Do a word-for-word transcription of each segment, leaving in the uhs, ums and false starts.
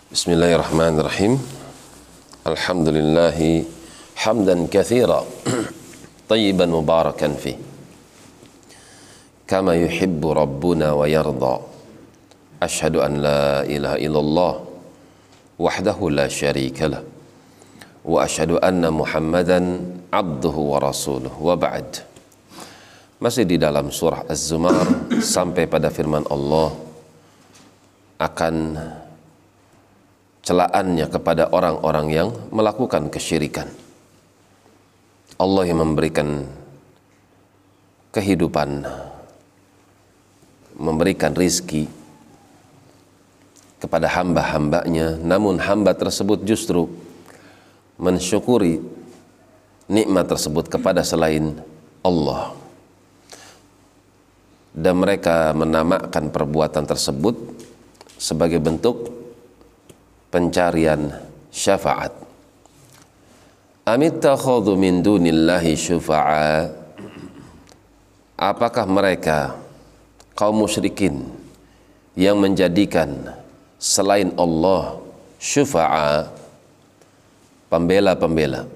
Bismillahirrahmanirrahim. Alhamdulillahi hamdan katsira tayyiban mubarakan fi kama yuhibbu rabbuna wa yarda. Asyhadu an la ilaha illallah wahdahu la syarika lah wa asyhadu anna Muhammadan abduhu wa rasuluh wa ba'd. Masih di dalam surah Az-Zumar sampai pada firman Allah akan celaannya kepada orang-orang yang melakukan kesyirikan. Allah yang memberikan kehidupan, memberikan rizki kepada hamba-hambanya, namun hamba tersebut justru mensyukuri nikmat tersebut kepada selain Allah, dan mereka menamakan perbuatan tersebut sebagai bentuk pencarian syafaat. Amittakhadhu min dunillahi syufa'a, apakah mereka kaum musyrikin yang menjadikan selain Allah syufa'a, pembela-pembela,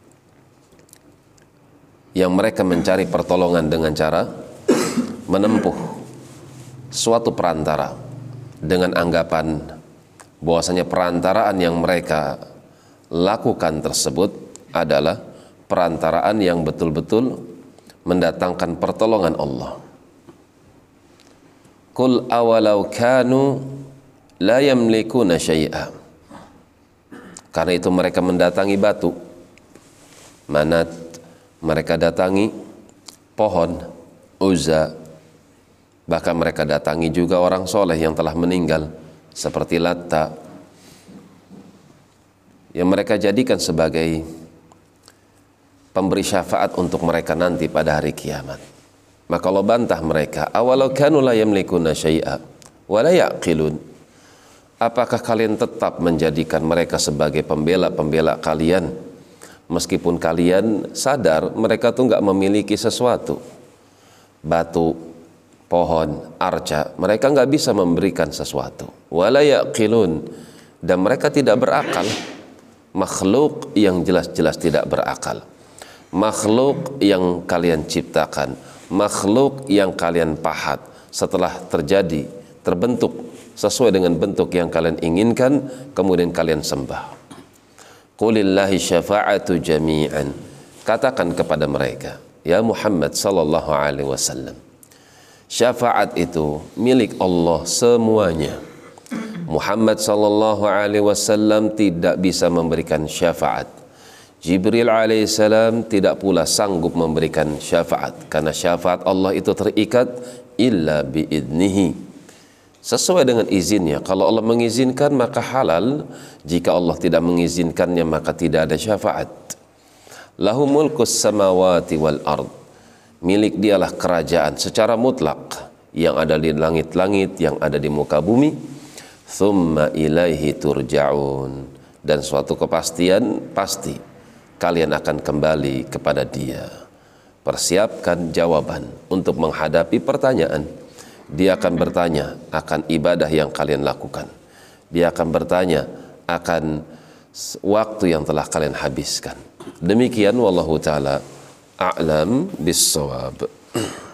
yang mereka mencari pertolongan dengan cara menempuh suatu perantara dengan anggapan bahwasanya perantaraan yang mereka lakukan tersebut adalah perantaraan yang betul-betul mendatangkan pertolongan Allah. Qul awalau kanu la yamlikuna syai'a. Karena itu mereka mendatangi batu, Manat, mereka datangi pohon Uzza, bahkan mereka datangi juga orang soleh yang telah meninggal seperti Latta, yang mereka jadikan sebagai pemberi syafaat untuk mereka nanti pada hari kiamat. Maka Allah bantah mereka, awalau kanu la yamlikuna syai'a wa la yaqilun. Apakah kalian tetap menjadikan mereka sebagai pembela-pembela kalian meskipun kalian sadar mereka tuh nggak memiliki sesuatu? Batu, pohon, arca, mereka nggak bisa memberikan sesuatu. Wala yaqilun, dan mereka tidak berakal. Makhluk yang jelas-jelas tidak berakal, makhluk yang kalian ciptakan, makhluk yang kalian pahat setelah terjadi, terbentuk sesuai dengan bentuk yang kalian inginkan, kemudian kalian sembah. Qulillahi syafa'atu jami'an, katakan kepada mereka, ya Muhammad sallallahu alaihi wasallam, syafaat itu milik Allah semuanya. Muhammad sallallahu alaihi wasallam tidak bisa memberikan syafaat. Jibril alaihissalam tidak pula sanggup memberikan syafaat, karena syafaat Allah itu terikat illa biidnihi, sesuai dengan izinnya. Kalau Allah mengizinkan maka halal, jika Allah tidak mengizinkannya maka tidak ada syafaat. Lahu mulkus samawati wal ard, milik dialah kerajaan secara mutlak yang ada di langit-langit, yang ada di muka bumi. Thumma ilaihi turja'un, dan suatu kepastian pasti kalian akan kembali kepada Dia. Persiapkan jawaban untuk menghadapi pertanyaan. Dia akan bertanya akan ibadah yang kalian lakukan. Dia akan bertanya akan waktu yang telah kalian habiskan. Demikian wallahu ta'ala a'lam bis-shawab.